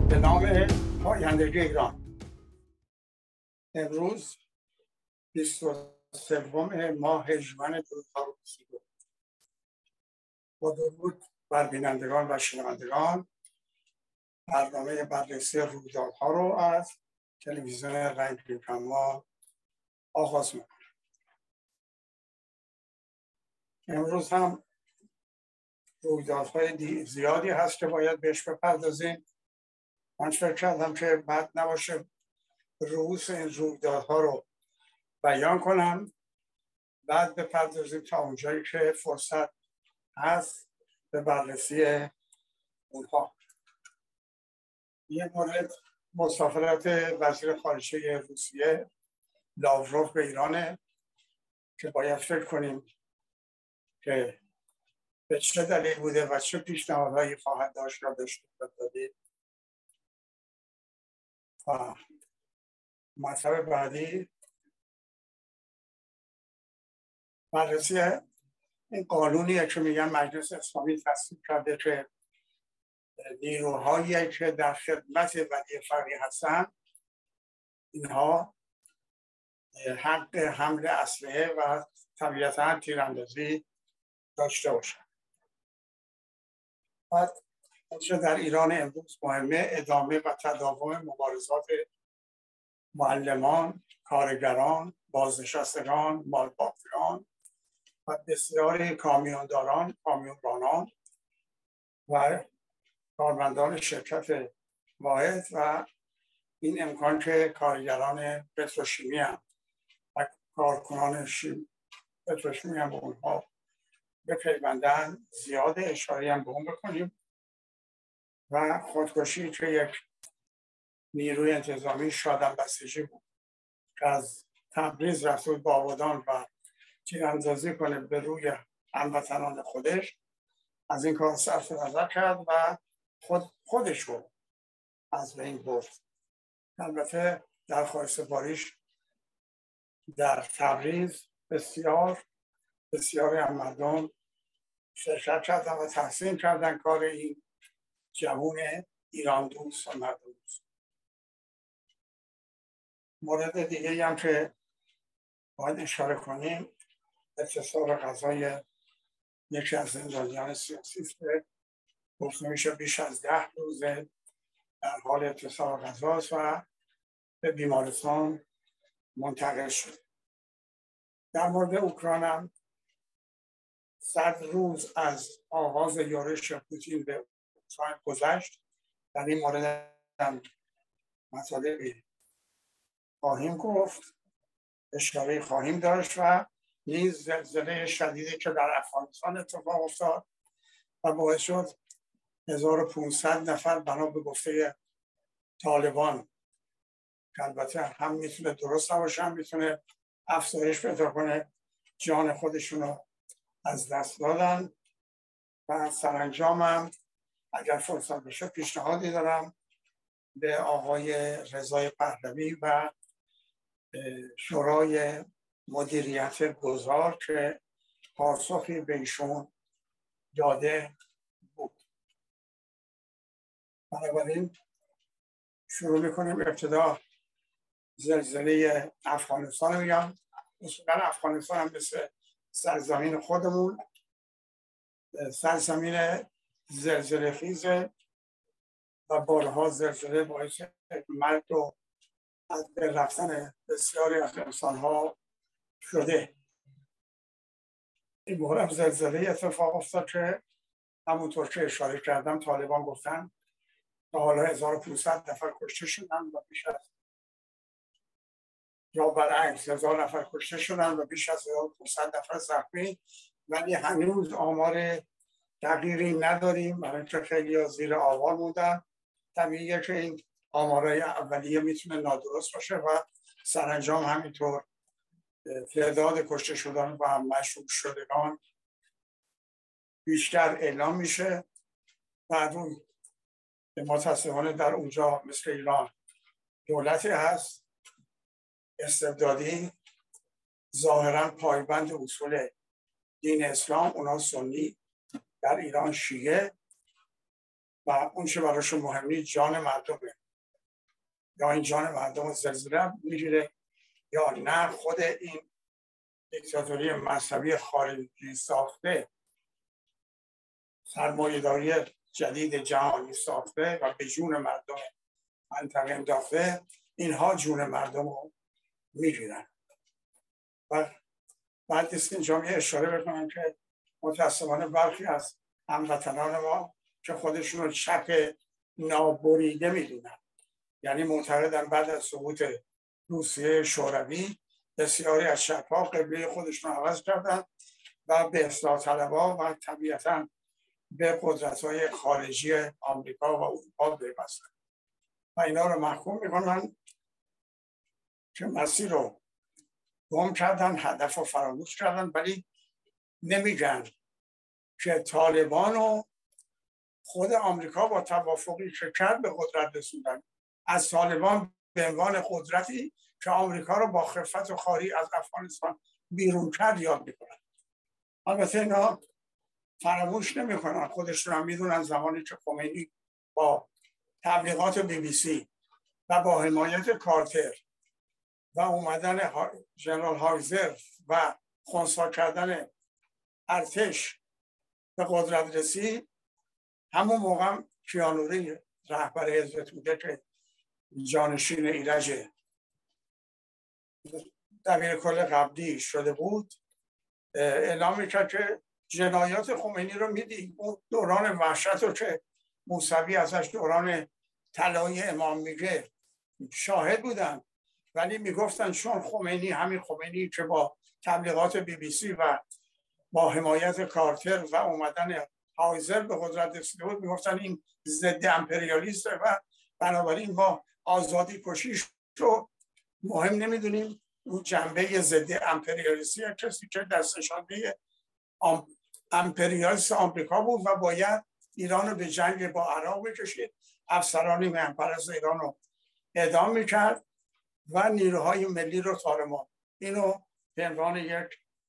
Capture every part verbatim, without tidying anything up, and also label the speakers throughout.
Speaker 1: به نام پایندگی ایران. امروز بیست و سوم ماه ژوئن دو هزار و بیست و دو. با درود بر بینندگان و شنوندگان، برنامه بررسی رویدادها رو از تلویزیون رنگ ما آغاز میکنم. امروز هم رویدادهای زیادی هست که باید بهش بپردازیم. من فکر کردم که بد نباشه رؤوس این رویدادها رو بیان کنم، بعد بپردازیم تا اونجایی که فرصت هست به بررسی اونها. یه مورد مسافرت وزیر خارجه روسیه لاوروف به ایرانه که باید فکر کنیم که به چه دلیل بوده و چه پیشنهادهایی خواهد داشت را بهش دادیم. و مطلب بعدی بررسی این قانونیه که میگن مجلس اسلامی تصویب کرده که نیروهایی که در خدمت ولی فقیه هستن اینها حق حمل اسلحه و طبیعتا تیراندازی داشته باشند. بعد اونچه در ایران امروز مهمه ادامه و تداوم مبارزات معلمان، کارگران، بازنشستگان، مالبافتگان و بسیاری کامیونداران، کامیونرانان و کارمندان شرکت واحد و این امکان که کارگران پتروشیمی هم و کارکنان پتروشیمی هم به اونها بپیوندن زیاده. اشاره هم به اون بکنیم و خودکشی که یک نیروی انتظامی شادن بسیجی بود که از تبریز رفت بود با آبادان و تیراندازی کنه به روی هموطنان خودش، از این کار صرف نظر کرد و خود خودش رو از بین برد. البته در خاکسپاریش در تبریز بسیار بسیاری از مردم شرکت کردن و تحسین کردن کار این جوان ایران دوست و مردم دوست. مورد دیگه هم که باید اشاره کنیم اتصال غذای یکی از زندانیان سیاسی که گفته میشه بیش از ده روزه در حال اتصال غذاست و به بیمارستان منتقل شد. در مورد اوکراین هم صد روز از آغاز یورش پوتین به اوکراین گذشت. در این مورد هم مطالبی خواهیم گفت، اشاره خواهیم داشت و نیز زلزله شدیدی که در افغانستان اتفاق افتاد و باعث شد هزار و پانصد نفر بنا به گفته طالبان که البته هم میتونه درست نباشه هم میتونه افزایش پیدا کنه جان خودشون رو از دست دادن. و سرانجام هم اگر فرصت بشه پیشنهادی دارم به آقای رضای پهلوی و شورای مدیریت گذار که پاسخی به ایشون داده بود. بنابراین شروع میکنیم. ابتدا زلزله افغانستان میگم. اصولا افغانستان هم مثل سرزمین خودمون سرزمین زلزله خیزه و بارها زلزله باعث مرگ و از بین رفتن بسیاری از انسانها شده. این بار هم زلزله اتفاق افتاد که همونطور که اشاره کردم طالبان گفتن تا حالا هزار و پانصد نفر کشته شدن و بیش از یا برعکس هزار نفر کشته شدن و بیش از هزار و پانصد نفر زخمی، ولی هنوز آمار دقیقی نداریم برای اینکه خیلی زیر آوار موندن. طبیعیه که این آمارای اولیه میتونه نادرست باشه و سرانجام همینطور تعداد کشته شدن و مشروع شدگان بیشتر اعلام میشه. بعد اون متاسفانه در اونجا مثل ایران دولتی هست استبدادی، ظاهرا پایبند اصول دین اسلام، اونا سنی، در ایران شیعه و اون چه براشون مهم نیست جان مردمه، یا این جان مردم زلزله میگیره یا نه خود این دیکتاتوری مذهبی خارجی ساخته سرمایه‌داری جدید جهانی ساخته و به جون مردم منطقه انداخته، اینها جون مردم رو میگیرن. و بعد است اینجا یه اشاره بکنم که متاسفانه برخی از هموطنان ما که خودشون رو چپ نابریده میدونن، یعنی معتقدن بعد از سقوط روسیه شوروی بسیاری از چپ‌ها قبله خودشون رو عوض کردن و به اصلاح طلب‌ها و طبیعتاً به قدرت‌های خارجی آمریکا و اروپا پیوستن و اینا رو محکوم میکنن که مسیر رو گم کردن، هدف رو فراموش کردن، ولی نمیگن که طالبان و خود آمریکا با توافقی که کرد به قدرت رسوندن. از طالبان به عنوان قدرتی که آمریکا رو با خفت و خواری از افغانستان بیرون کرد یاد میکنن. البته اینا فراموش نمیکنن، خودشون هم میدونن زمانی که خمینی با تبلیغات بی بی سی و با حمایت کارتر و اومدن ژنرال هایزر و خنثی کردن ارتش به قدرت رسید، همون موقع کیانوری رهبر حزب توده که جانشین ایرج دبیر کل قبلی شده بود اعلام میکرد که جنایات خمینی رو میدید. اون دوران وحشت رو که موسوی ازش دوران طلایی امام میگه شاهد بودن، ولی میگفتن چون خمینی همین خمینی که با تبلیغات بی بی سی و با حمایت کارتر و اومدن هایزر به قدرت رسیده بود، میگفتن این ضد امپریالیسته و بنابراین ما آزادی کشیش رو مهم نمیدونیم. اون جنبه ضد امپریالیستی کسی که دستشانده امپریالیست آمریکا بود و باید ایران رو به جنگ با عراق بکشید، افسران مهمپرست ایران رو اعدام میکرد و نیروهای ملی رو تارمار. اینو به عنوان یک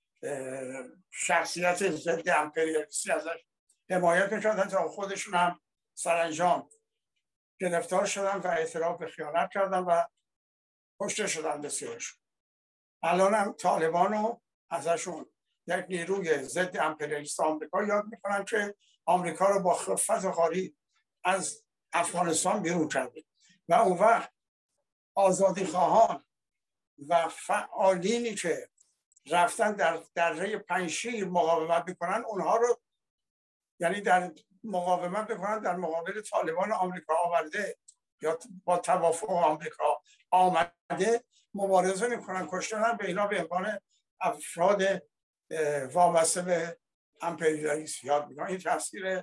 Speaker 1: شخصیت ضد امپریالیستی ازش حمایت میکردن تا خودشون هم سرانجام گرفتار شدن و اعتراف به خیانت کردن و کشته شدن بسیارشون. الان هم طالبان رو ازشون یک نیروی ضد امپریالیست آمریکا یاد میکنن که آمریکا رو با خفت و خواری از افغانستان بیرون کرده و اون وقت آزادی خواهان و فعالینی که رفتن در دره پنجشیر مقاومت میکنن اونها رو، یعنی در مقاومت میکنن در مقابل طالبان آمریکا آورده یا با توافق آمریکا آمده مبارزه میکنن، کشتن به اینا به عنوان افراد وابسته به امپریالیسم یاد میکنن. این تفسیر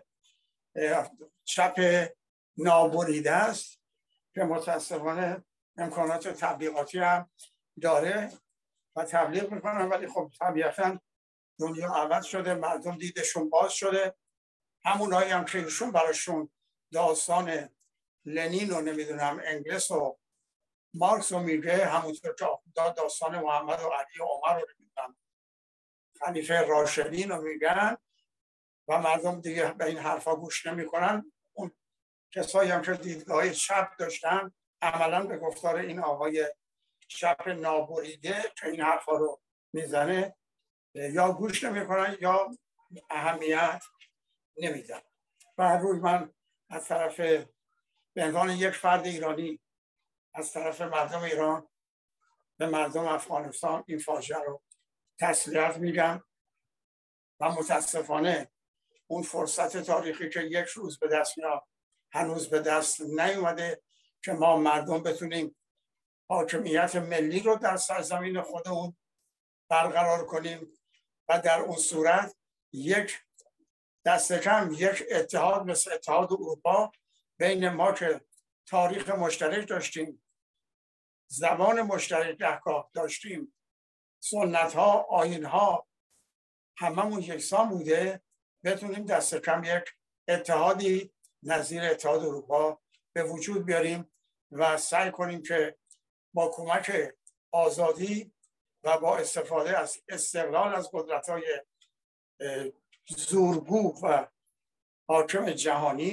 Speaker 1: چپ نابریده است که متاسفانه امکانات تبلیغاتی هم داره و تبلیغ میکنن، ولی خب طبیعتا دنیا عوض شده، مردم دیدشون باز شده. همونایی هم که ایشون براشون داستان لنین و نمیدونم انگلس و مارکس رو میگه، همونطور که داستان محمد و علی و عمر رو نمیدونم خلیفه راشدین رو میگن و مردم دیگه به این حرفا گوش نمیکنن. اون کسایی هم که دیدگاه چپ داشتن عملا به گفتار این آقای چپ نابریده که این حرفا رو میزنه یا گوش نمیکنن یا اهمیت نمیدن. و روی من از طرف به عنوان یک فرد ایرانی از طرف مردم ایران به مردم افغانستان این فاجعه رو تسلیت میگم و متاسفانه اون فرصت تاریخی که یک روز به دست میاد هنوز به دست نیومده که ما مردم بتونیم حاکمیت ملی رو در سرزمین خودمون برقرار کنیم و در اون صورت یک دست کم یک اتحاد مثل اتحاد اروپا بین ما که تاریخ مشترک داشتیم، زبان مشترک دهگاه داشتیم، سنت ها، آیین ها هممون یکسان بوده، بتونیم دست کم یک اتحادی نظیر اتحاد اروپا به وجود بیاریم و سعی کنیم که با کمک آزادی و با استفاده از استقلال از قدرت‌های زورگو و حاکم جهانی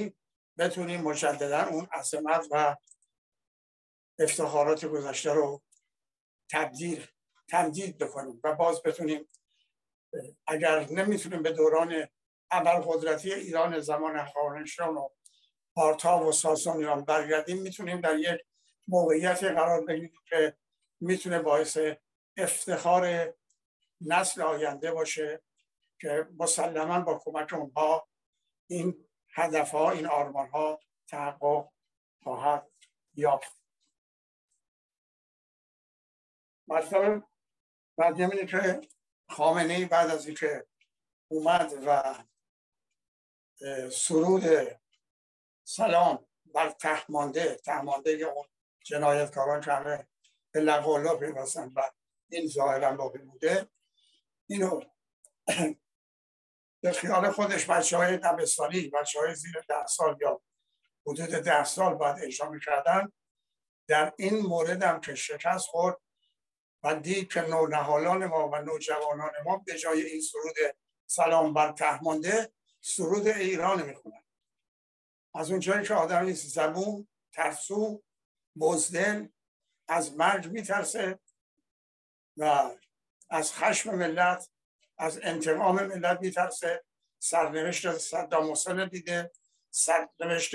Speaker 1: بتونیم مجددا اون عظمت و افتخارات گذشته رو تبدیل تمدید بکنیم و باز بتونیم، اگر نمیتونیم به دوران ابرقدرتی ایران زمان هخامنشیان و پارتا و ساسانیان برگردیم، میتونیم در یک موقعیتی قرار بگیریم که میتونه باعث افتخار نسل آینده باشه که مسلما با کمک اونها این هدفها، این آرمانها تحقق خواهد یافت. مطلب بعد اینه که خامنه‌ای بعد از اینکه اومد و سرود سلام بر تهمانده تهمانده اون جنایتکاران که همه به لقالا پیوستن و این ظاهرا باقی بوده، اینو به خیال خودش بچه های دبستانی، بچه های زیر ده سال یا حدود ده سال باید اجرا میکردن. در این مورد هم که شکست خورد و دید که نونهالان ما و نوجوانان ما به جای این سرود سلام بر تهمانده سرود ایران میخونن. از اونجایی که آدم نیست زبون، ترسو، بزدل، از مرگ میترسه و از خشم ملت، از انتقام ملت میترسه. سرنوشت صدام حسین دیده، سرنوشت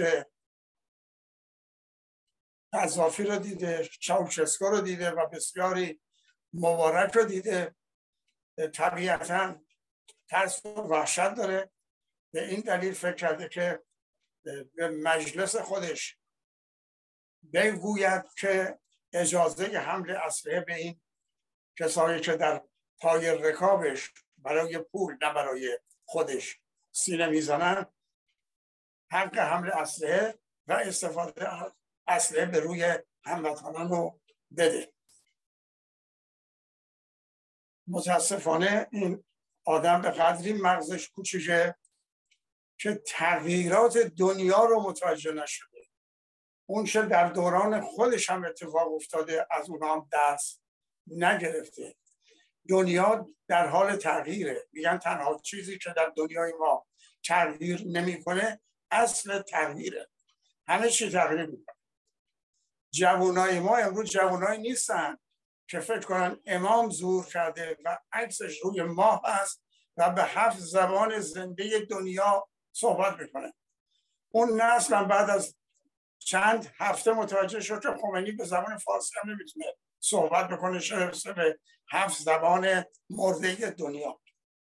Speaker 1: قذافی رو دیده، چاوشسکو رو دیده و بسیاری مبارک رو دیده. طبیعتا ترس و وحشت داره. به این دلیل فکر کرده که به مجلس خودش بگوید که اجازه حمل اسلحه به این کسایی که در پای رکابش برای پول نه برای خودش سینه میزنن، حق حمل اسلحه و استفاده از اسلحه به روی هموطنان رو بده. متاسفانه این آدم به قدری مغزش کوچیکه که تغییرات دنیا رو متوجه نشده. اون چه در دوران خودش هم اتفاق افتاده از اونها هم دست نگرفته. دنیا در حال تغییره. میگن تنها چیزی که در دنیای ما تغییر نمیکنه اصل تغییره. همه چی تغییر میکنه. جوانای ما امروز جوانایی نیستن که فکر کنن امام ظهور کرده و عکسش روی ماه هست و به هفت زبان زنده دنیا صحبت میکنه. اون نسل هم بعد از چند هفته متوجه شد که خمینی به زبان فارسی هم نمیتونه صحبت بکنه، شده به هفت زبان مرده دنیا.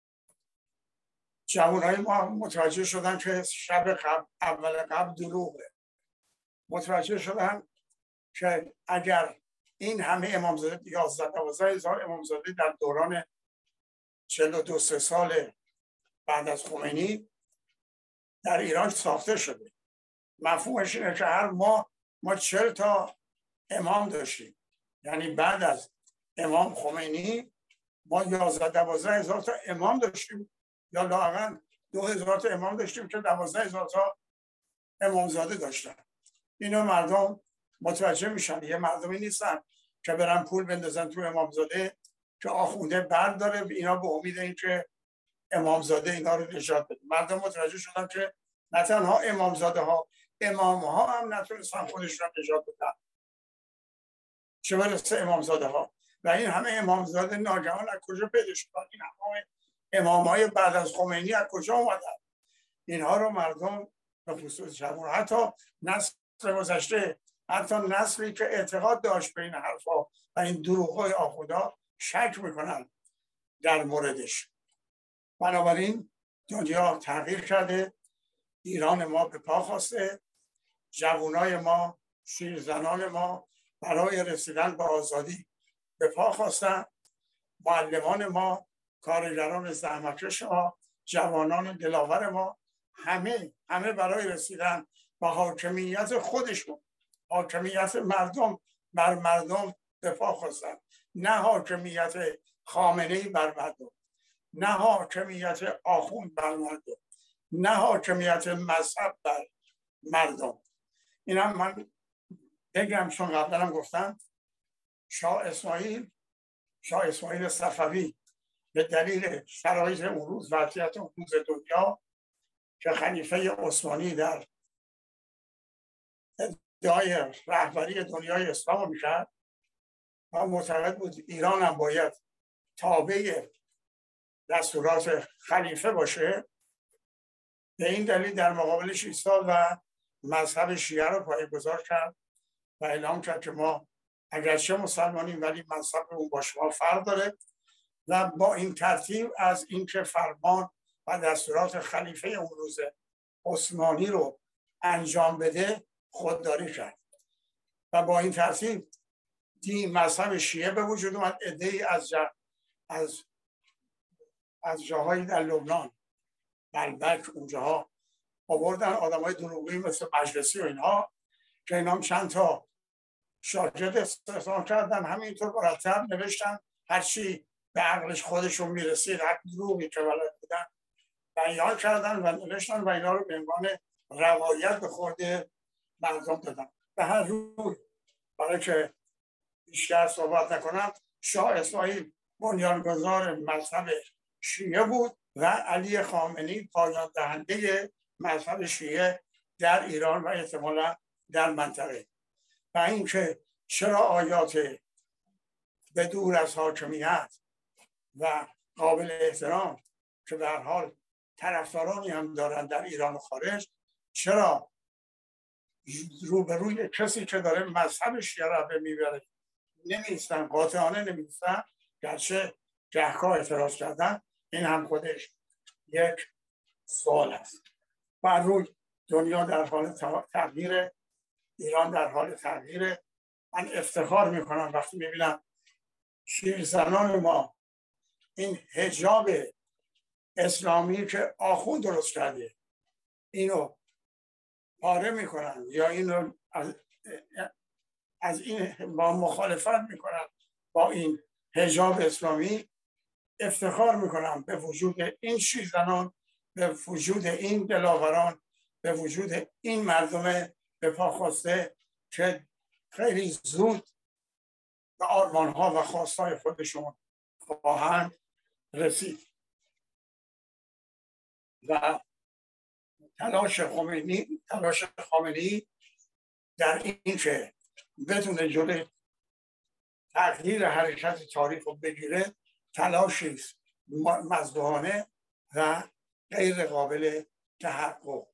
Speaker 1: جوانای ما متوجه شدن که شب قبل اول قبل دروغه. متوجه شدن که اگر این همه امامزاده یازده دوازده هزار امامزاده در دوران چهل و دو سه سال بعد از خمینی در ایران ساخته شده، مفهومش اینه که هر ماه ما چهل تا امام داشتیم. یعنی بعد از امام خمینی ما یازده دوازده هزار تا امام داشتیم یا لااقل دو هزار تا امام داشتیم که دوازده هزار تا امامزاده داشتن. اینو مردم متوجه میشن. یه مردمی نیستن که برن پول بندازن تو امامزاده که آخونده برداره اینا به امید این که امامزاده اینا رو نجات بده. مردم متوجه شدن که نه تنها امامزاده ها، امام ها هم نتونستن خودشون نجات بدن، چه برسه امامزاده ها. و این همه امامزاده ناگهان از کجا پیدا شدن؟ این همه امام های بعد از خمینی از کجا اومدن؟ اینها رو مردم به خصوص جوان، حتی نسل گذشته، حتی نسلی که اعتقاد داشت به این حرفا و این دروغ‌های آخوندا شک میکنن در موردش. بنابراین دنیا تغییر کرده، ایران ما به پا خواسته، جوانای ما، شیرزنان ما برای رسیدن به آزادی به پا خواستن، معلمان ما، کارگران زحمتکش ما، جوانان دلاور ما، همه همه برای رسیدن به حاکمیت خودشون، حاکمیت مردم بر مردم به پا خواستن. نه حاکمیت خامنه‌ای بر مردم، نه حاکمیت آخوند بر مردم، نه حاکمیت مذهب بر مردم. اینم من بگم چون قبلا هم گفتم، شاه اسماعیل شاه اسماعیل صفوی به دلیل شرایط اون روز، وضعیت اون روز دنیا که خلیفه عثمانی در ادعای رهبری دنیای اسلام میکرد و معتقد بود ایران هم باید تابع دستورات خلیفه باشه. به این دلیل در مقابلش ایستاد و مذهب شیعه رو پایه‌گذار کرد و اعلام کرد که ما اگرچه مسلمانیم ولی مذهب اون با شما فرق داره و با این ترتیب از اینکه فرمان و دستورات خلیفه اون روز عثمانی رو انجام بده خودداری کرد و با این ترتیب دین مذهب شیعه به وجود اومد. عده‌ای از جا از از جاهایی در لبنان بلبک اونجاها آوردن آدمای دروغی مثل مجلسی و اینها که اینا هم چند تا شاگرد استخدام کردن، همینطور مرتب نوشتن هرچی به عقلش خودشون میرسید، هر دروغی که بلد بودن بیان کردن و نوشتن و اینا رو به عنوان روایت به خود مردم دادن. به هر روی برای که بیشتر صحبت نکنم، شاه اسماعیل بنیانگذار مذهب شیعه بود و علی خامنه‌ای پایان دهنده مذهب شیعه در ایران و احتمالا در منطقه. و اینکه چرا آیات به دور از حاکمیت و قابل احترام که به هر حال طرفدارانی هم دارن در ایران و خارج، چرا روبروی کسی که داره مذهب شیعه را به میبره نمیستن، قاطعانه نمیستن، گرچه گهگاه اعتراض کردن، این هم خودش یک سوال است. بر روی دنیا در حال تغییر، ایران در حال تغییر. من افتخار میکنم وقتی میبینم شیرزنان ما این حجاب اسلامی که آخوند درست کرده اینو پاره میکنن یا اینو از, از این با مخالفت میکنن با این حجاب اسلامی. افتخار میکنم به وجود این شیرزنان، به وجود این دلاوران، به وجود این مردم به پا خواسته که خیلی زود به آرمانها و خواستهای خودشون خواهند رسید. و تلاش خمینی تلاش خامنه‌ای در این که بدون جلوی تغییر حرکت تاریخ رو بگیره تلاشی است مزدوحانه و غیر قابل تحقق.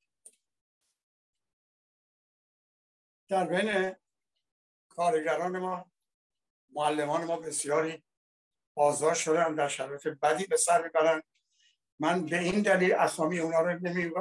Speaker 1: در بین کارگران ما، معلمان ما بسیاری بازداشت شدن، در شرایط بدی به سر میبرن. من به این دلیل اسامی اونا رو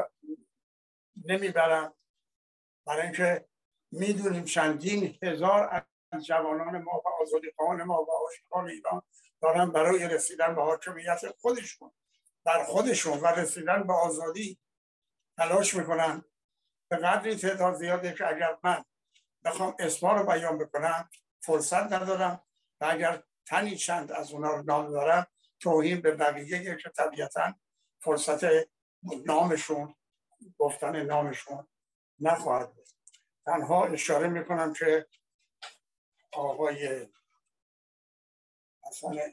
Speaker 1: نمیبرم برای اینکه میدونیم چندین هزار از جوانان ما و آزادیخواهان ما و عاشقان ایران دارن برای رسیدن به حاکمیت خودشون در خودشون و رسیدن به آزادی تلاش میکنن. به قدری تعداد زیاده که اگر من بخوام اسما رو بیان بکنم فرصت ندارم و اگر تنی چند از اونا رو نام دارم توهین به بقیه که طبیعتا فرصت نامشون گفتن نامشون نخواهد بود. تنها اشاره میکنم که آقای حسن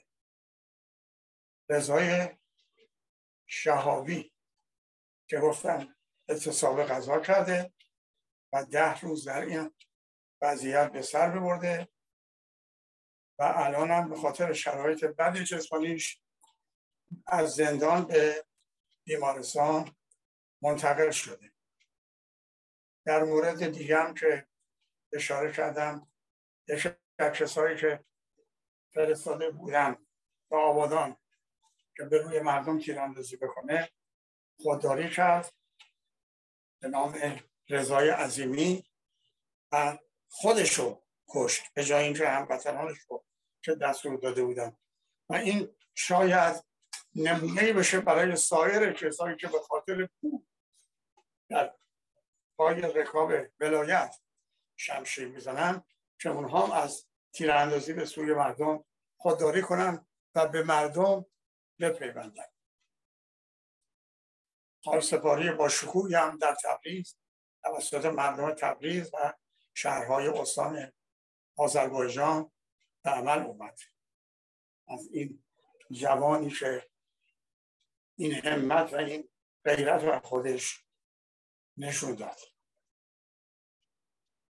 Speaker 1: رضای شهابی که گفتن اعتصاب غذا کرده و ده روز در این وضعیت به سر ببرده و الان هم به خاطر شرایط بد جسمانیش از زندان به بیمارستان منتقل شده. در مورد دیگه هم که اشاره کردم، یکی از کسایی که فرستاده بودن به آبادان که به روی مردم تیراندازی بکنه خودداری کرد به نام رضای عظیمی و خودشو کشت به جای اینکه هموطنانش رو که دستور داده بودن. و این شاید نمونه‌ای بشه برای سایر کسایی که به خاطر پول در پای رکاب ولایت شمشیر میزنن که اونها هم از تیراندازی به سوی مردم خودداری کنن و به مردم بپیوندن. حال سپاری با شکوهی هم در تبریز توسط مردم تبریز و شهرهای استان آذربایجان به عمل اومد. از این جوانی که این همت و این غیرت رو خودش نشون داد.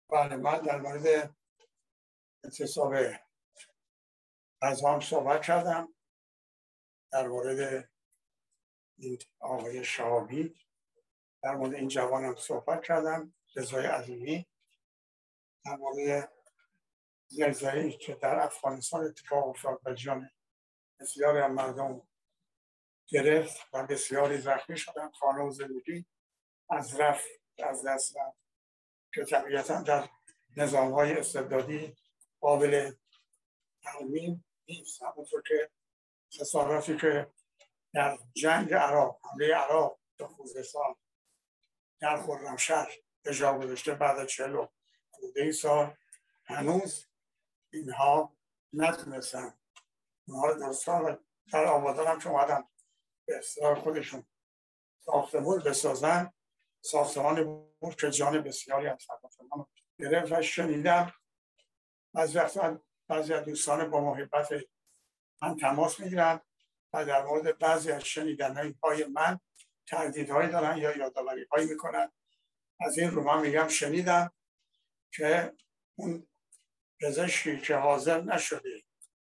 Speaker 1: بله، من در مورد اعتصاب غذا هم صحبت کردم، در مورد این آقای شهابی، در مورد این جوان هم صحبت کردم، رضای عظیمی، در مورد زلزله‌ای که در افغانستان اتفاق افتاد و جان بسیاری از مردم گرفت و بسیاری زخمی شدن، خانه و زندگی از رفت از دست رفت، که طبیعتا در نظام‌های استبدادی قابل ترمیم نیست. همونطور که خساراتی که در جنگ عراق، حمله عراق به خوزستان در خرمشهر به جا گذاشته بعد از چهل و خورده سال، هنوز اینها نتونستن اونها رو درست کنن. در آبادان هم که اومدن به اصرار خودشون ساختمان بسازن، ساختمان بود که جان بسیاری از هموطنان گرفت. و شنیدم از وقتا بعضی از دوستان با محبت من تماس میگیرن و در مورد بعضی از شنیدنهای من تردیدهایی دارن یا یادآوری هایی میکنن. از این رو من میگم شنیدم که اون پزشکی که حاضر نشده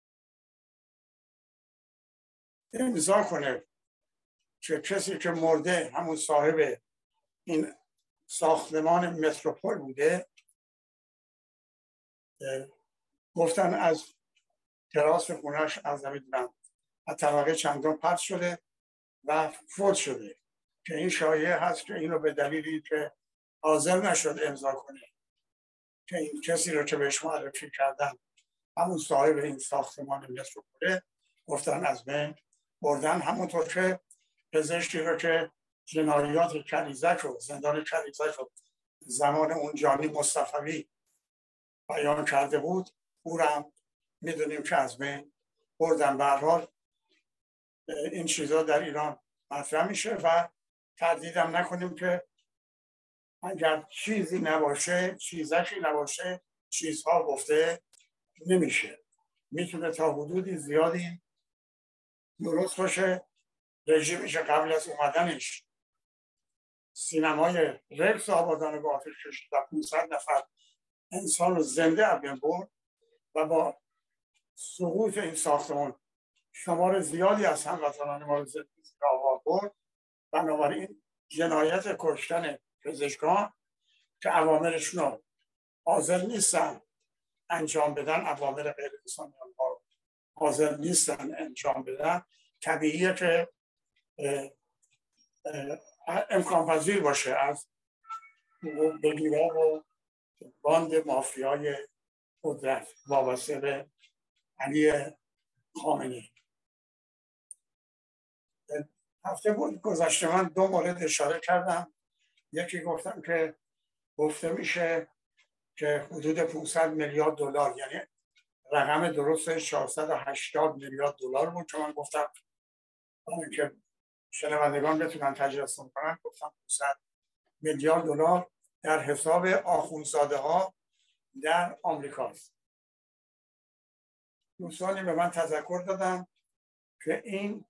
Speaker 1: امضا کنه که کسی که مرده همون صاحب این ساختمان متروپول بوده، گفتن از تراس خونهش از نمیدونم از طبقه چندم پرت شده و فوت شده، که این شایعه هست که اینو به دلیلی که حاضر نشد امضا کنه که این کسی رو که بهش معرفی کردن همون صاحب این ساختمان متروپوله، گفتن از بین بردن. همونطور که پزشکی رو که جنایات کنیزک رو زندان کنیزک رو زمان اون جانی مصطفی بیان کرده بود، او رو هم میدونیم که از بین بردن. به هر حال این چیزا در ایران مطرح میشه و تردیدم نکنیم که اگر چیزی نباشه، چیزکی نباشه، چیزها گفته نمیشه. میتونه تا حدودی زیادی درست باشه. رژیمی که قبل از اومدنش سینمای رکس آبادان با آتش کشید و پانصد نفر انسان رو زنده از بین برد و با سقوط این ساختمان شمار زیادی از هموطنان ما رو زنده آباد برد. بنابراین جنایت کشتن پزشکان که اوامرشون رو حاضر نیستن انجام بدن، اوامر غیر انسانی ها حاضر نیستن انجام بدن، طبیعیه که امکان پذیر باشه از بگیره و باند مافیای قدرت وابسته به علی خامنه‌ای. هفته بود گذشته من دو مورد اشاره کردم. یکی گفتم که گفته میشه که حدود پانصد میلیارد دلار، یعنی رقم درست چهارصد و هشتاد میلیارد دلار بود که من گفتم برای که شنوندگان بتونن تجسم کنن، گفتم پانصد میلیارد دلار در حساب آخوندزاده ها در آمریکاست. دوستانی به من تذکر دادن که این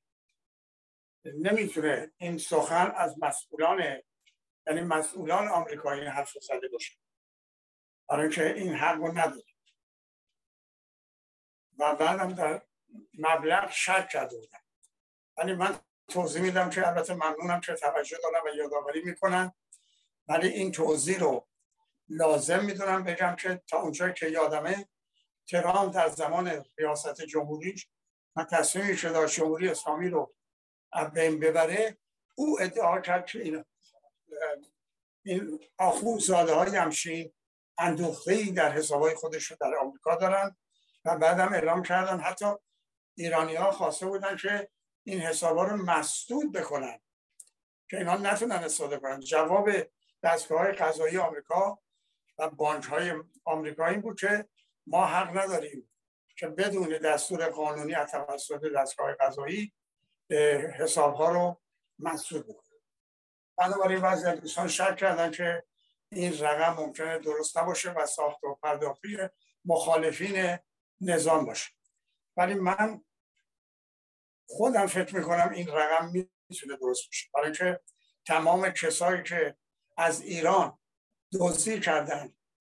Speaker 1: نمیتونه این سخن از مسئولان، یعنی مسئولان آمریکایی حرف زده باشه، برای اینکه این حق رو نداره و بعدم در مبلغ شک کرده بودن. ولی من توضیح میدم که البته ممنونم که توجه دارم و یادآوری میکنن، ولی این توضیح رو لازم میدونم بگم که تا اونجایی که یادمه ترامپ در زمان ریاست جمهوریش و تصمیمی که داشت جمهوری اسلامی رو از بین ببره، او ادعا کرد که این این آخوندزاده های همچین اندوخته‌ای در حسابهای خودشون در آمریکا دارن و بعدم اعلام کردن حتی ایرانی ها خواسته بودن که این حسابها رو مسدود بکنن که اینا نتونن استفاده کنن. جواب دستگاه های قضایی آمریکا و بانک های آمریکایی بود که ما حق نداریم که بدون دستور قانونی از توسط دستگاه قضایی حسابها رو مسدود بکنن. بنابراین بعضی از دوستان شک کردن که این رقم ممکنه درست نباشه و ساخت و پرداختی مخالفین نظام باشه، ولی من خودم فکر میکنم این رقم میتونه درست باشه، برای که تمام کسایی که از ایران دزدی کردن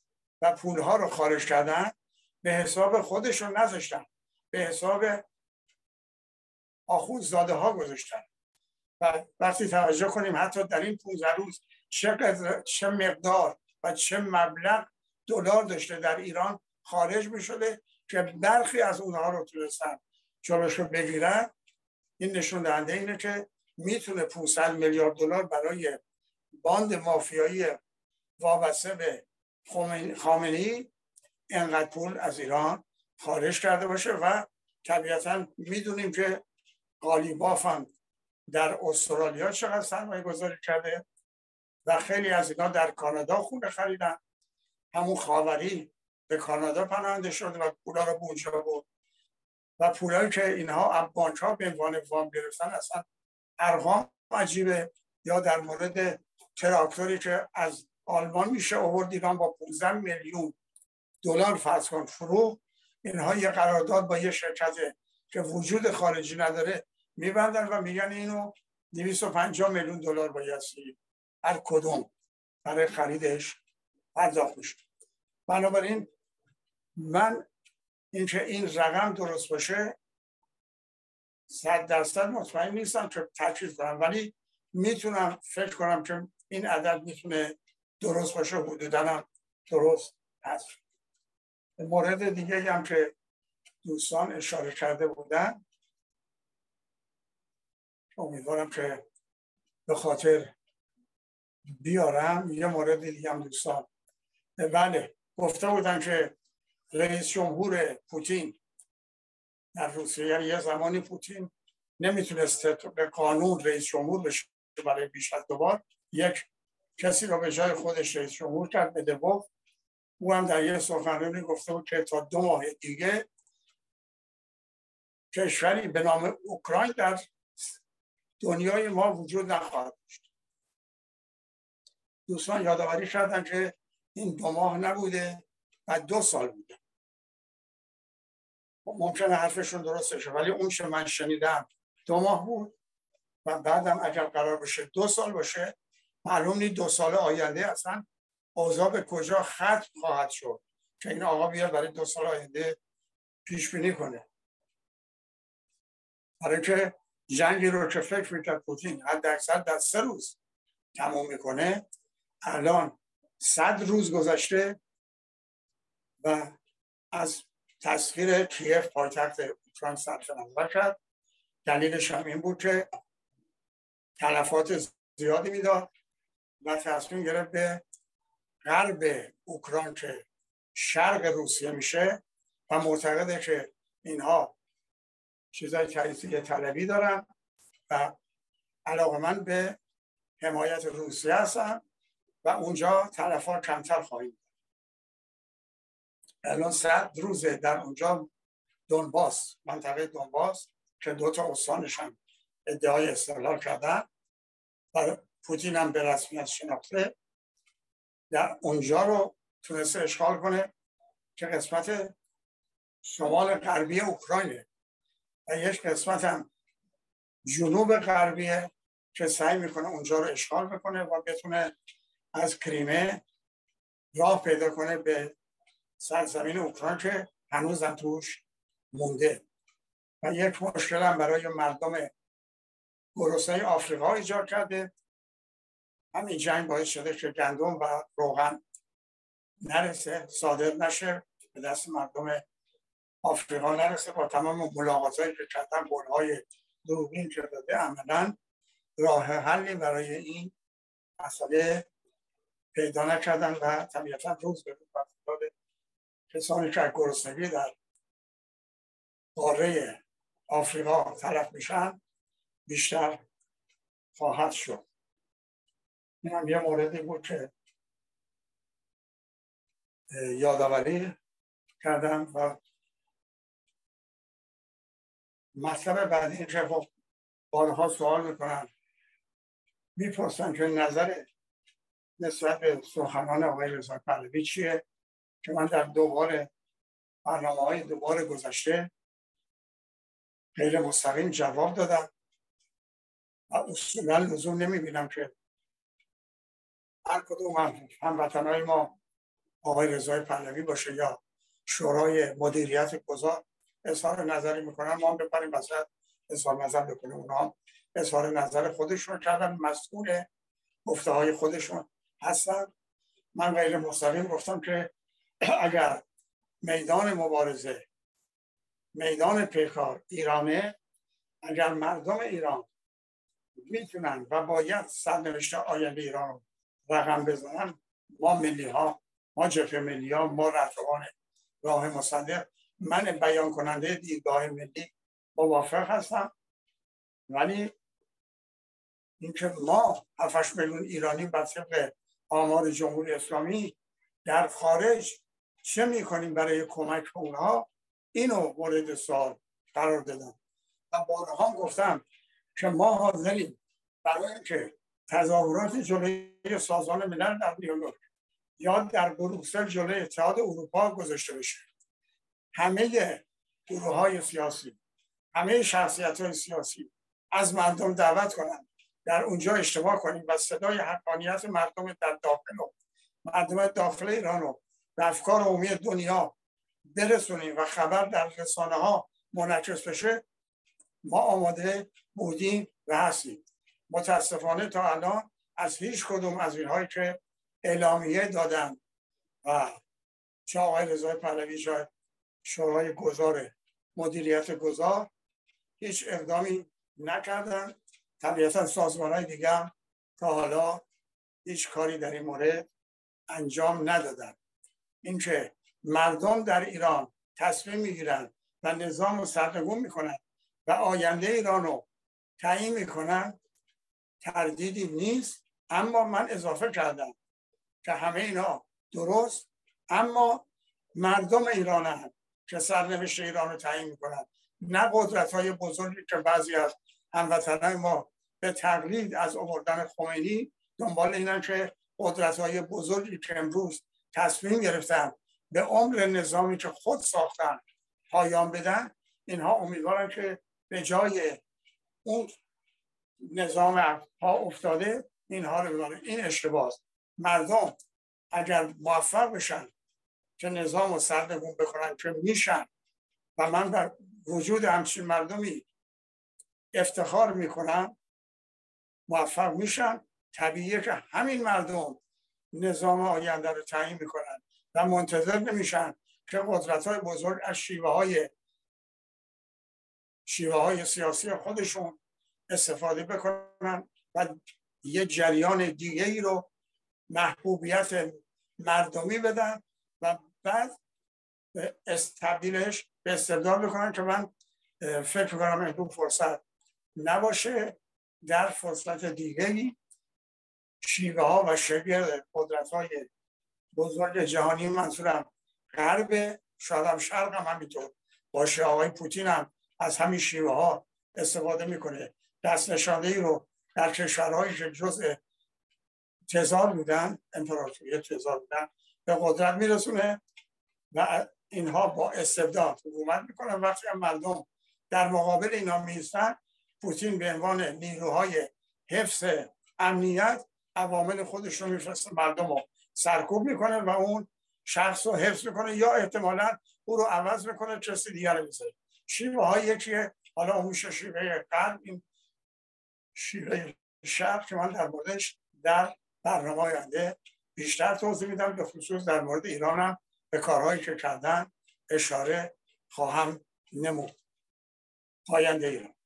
Speaker 1: و پولها رو خارج کردن، به حساب خودشون نذاشتن، به حساب آخوندزاده ها گذاشتن. و وقتی توجه کنیم حتی در این پانزده روز چه, چه مقدار و چه مبلغ دلار داشته در ایران خارج می شده که برخی از اونها رو تونستن جلوش رو بگیرن، این نشون دهنده اینه که میتونه پانصد میلیارد دلار برای باند مافیایی وابسته به خامنه‌ای اینقدر پول از ایران خارج کرده باشه. و طبیعتا میدونیم که قالیباف هم در استرالیا چقدر سرمایه گذاری کرده و خیلی از اینا در کانادا خونه خریدن. همون خاوری به کانادا پناهنده شده و پولا رو به اونجا برد و پولایی که اینها از بانک ها به عنوان وام گرفتن اصلا ارقام عجیبه. یا در مورد تراکتوری که از آلمان میشه آورد ایران با پانزده میلیون دلار فرض کن فروغ، اینها یه قرارداد با یه شرکت که وجود خارجی نداره میبندن و میگن اینو دویست و پنجاه میلیون دلار باید هر کدوم برای خریدش پرداخت میشه. بنابراین من اینکه این رقم درست باشه صد درصد مطمئن نیستم که تاکید کنم، ولی میتونم فکر کنم که این عدد میتونه درست باشه، حدوداً هم درست هست. مورد دیگه هم که دوستان اشاره کرده بودن، امیدوارم که به خاطر بیارم، یه مورد دیگه هم دوستان بله گفته بودن که رئیس جمهور پوتین در روسیه، یعنی یه زمانی پوتین نمیتونست به قانون رئیس جمهور بشه برای بیش از دو بار، یک کسی رو به جای خودش رئیس جمهور کرد به دبوف. او هم در یه سخنرانی گفته بود که تا دو ماه دیگه کشوری به نام اوکراین در دنیای ما وجود نخواهد داشت. دوستان یادآوری کردن که این دو ماه نبوده و دو سال بوده. ممکنه حرفشون درسته شه، ولی اون که من شنیدم دو ماه بود و بعدم اگر قرار بشه دو سال باشه، معلوم نیست دو سال آینده اصلا اوضاع به کجا ختم خواهد شد که این آقا بیاد برای دو سال آینده پیش بینی کنه. برای که جنگی رو که فکر میکرد پوتین حد اکثر در سه روز تموم میکنه، الان صد روز گذشته و از تسخیر کیف پایتخت اوکراین صرف نظر کرد. دلیلش هم این بود که تلفات زیادی میداد و تصمیم گرفت به غرب اوکراین که شرق روسیه میشه و معتقده که اینها چیزای تجزیه طلبی دارن و علاقمند به حمایت روسیه هستن و اونجا تلفات کمتر خواهید. الان صد روزه در اونجا دونباس، منطقه دونباس که دو تا استانش هم ادعای استقلال کردن و پوتین هم به رسمیت شناخته، در اونجا رو تونسته اشغال کنه که قسمت شمال غربی اوکراینه و یک قسمت هم جنوب غربیه که سعی میکنه اونجا رو اشغال بکنه و بتونه از کریمه راه پیدا کنه به سرزمین اوکراین که هنوز هم توش مونده و یک مشکل هم برای مردم گرسنه آفریقا ایجاد کرده. همین جنگ باعث شده که گندم و روغن نرسه، صادر نشه، به دست مردم آفریقا نرسه. با تمام ملاقاتایی که کردن، قولهای دروغین که داده، عملاً راه حلی برای این مسئله پیدا نکردن و طبیعتاً روز به روز افتاد کسانی که از گرسنگی در قاره آفریقا تلف میشن بیشتر خواهد شد. این هم یه موردی بود که یادآوری کردم. و مطلب بعدی این که خب بارها سوال میکنن، میپرسن که نظر نسبت به سخنان آقای رضا پهلوی چیه، که من در دوباره برنامه های دوباره گذشته غیر مستقیم جواب دادم و اصولا لزوم نمیبینم که هر کدوم هم هموطنهای ما آقای رضای پهلوی باشه یا شورای مدیریت گذار اظهار نظری میکنن، ما هم بپریم وسط اظهار نظر بکنیم. اونا هم اظهار نظر خودشون کردن، مسئول گفته های خودشون هستن. من غیر مستقیم گفتم که اگر میدان مبارزه، میدان پیکار ایرانه، اگر مردم ایران میتونن و باید سرنوشت آینده ایران رو رقم بزنن، ما ملی ها، ما جبهه ملی ها، ما رهروان راه مصدق، من بیان کننده دیدگاه ملی موافق هستم. ولی اینکه ما هفت میلیون ایرانی بر طبق آمار جمهوری اسلامی در خارج چه میکنیم برای کمک به اونها، اینو مورد سوال قرار دادم و بارها هم گفتم که ما حاضریم برای اینکه تظاهرات جلوی سازمان ملل در نیویورک یا در بروکسل جلوی اتحاد اروپا گذاشته بشه، همه گروه های سیاسی، همه شخصیت های سیاسی از مردم دعوت کنند در اونجا اجتماع کنیم و صدای حقانیت مردم در داخل و مردم داخل ایران رو به افکار عمومی دنیا برسونیم و خبر در رسانه ها منعکس بشه، ما آماده بودیم و هستیم. متاسفانه تا الان از هیچ کدوم از اینهایی که اعلامیه دادن و چه آقای رضای پهلوی چه شورای گذار مدیریت گذار هیچ اقدامی نکردن. طبیعتا سازمان‌های دیگه هم تا حالا هیچ کاری در این مورد انجام ندادن. اینکه مردم در ایران تصمیم میگیرن و نظام رو سرنگون میکنن و آینده ایران رو تعیین میکنن تردیدی نیست. اما من اضافه کردم که همه اینا درست، اما مردم ایران هم که سرنوشت ایران رو تعیین میکنن، نه قدرت‌های بزرگی که بعضی از هموطنان ما به تقلید از آوردن خمینی دنبال اینن که قدرت‌های بزرگی که امروز تصمیم گرفتن به عمر نظامی که خود ساختن پایان بدن، اینها امیدوارن که به جای اون نظام ها افتاده اینها رو ببرن. این اشتباه است. مردم اگر موفق بشن که نظام رو سرنگون بکنن که میشن و من در وجود همچین مردمی افتخار میکنم، موفق میشن، طبیعیه که همین مردم نظام آینده رو تعیین میکنن و منتظر نمیشن که قدرت‌های بزرگ از شیوه های شیوه های سیاسی خودشون استفاده بکنن و یه جریان دیگه ای رو محبوبیت مردمی بدن و بعد تبدیلش به استبداد بکنن که من فکر کنم این فرصت نباشه. در فرصت دیگری شیوه ها و شکل قدرت های بزرگ جهانی، منظورم غرب، شاید هم شرق هم همینطور باشه، آقای پوتین هم از همین شیوه ها استفاده میکنه، دست نشانده ای رو در کشورهایی که جزء تزار بودن، امپراتوری تزار بودن، به قدرت میرسونه و اینها با استبداد حکومت میکنن. وقتی هم مردم در مقابل اینا میستن، پوتین به عنوان نیروهای حفظ امنیت عوامل خودش رو میفرسته، مردم رو سرکوب میکنه و اون شخص رو حفظ میکنه یا احتمالاً او رو عوض میکنه، کسی دیگر رو میذاره. شیوه های یکیه، حالا اون میشه شیوه غرب، این شیوه شرق که من در موردش در برنامه آینده بیشتر توضیح میدم، به خصوص در مورد ایران هم به کارهایی که کردن اشاره خواهم نمود. آینده ایران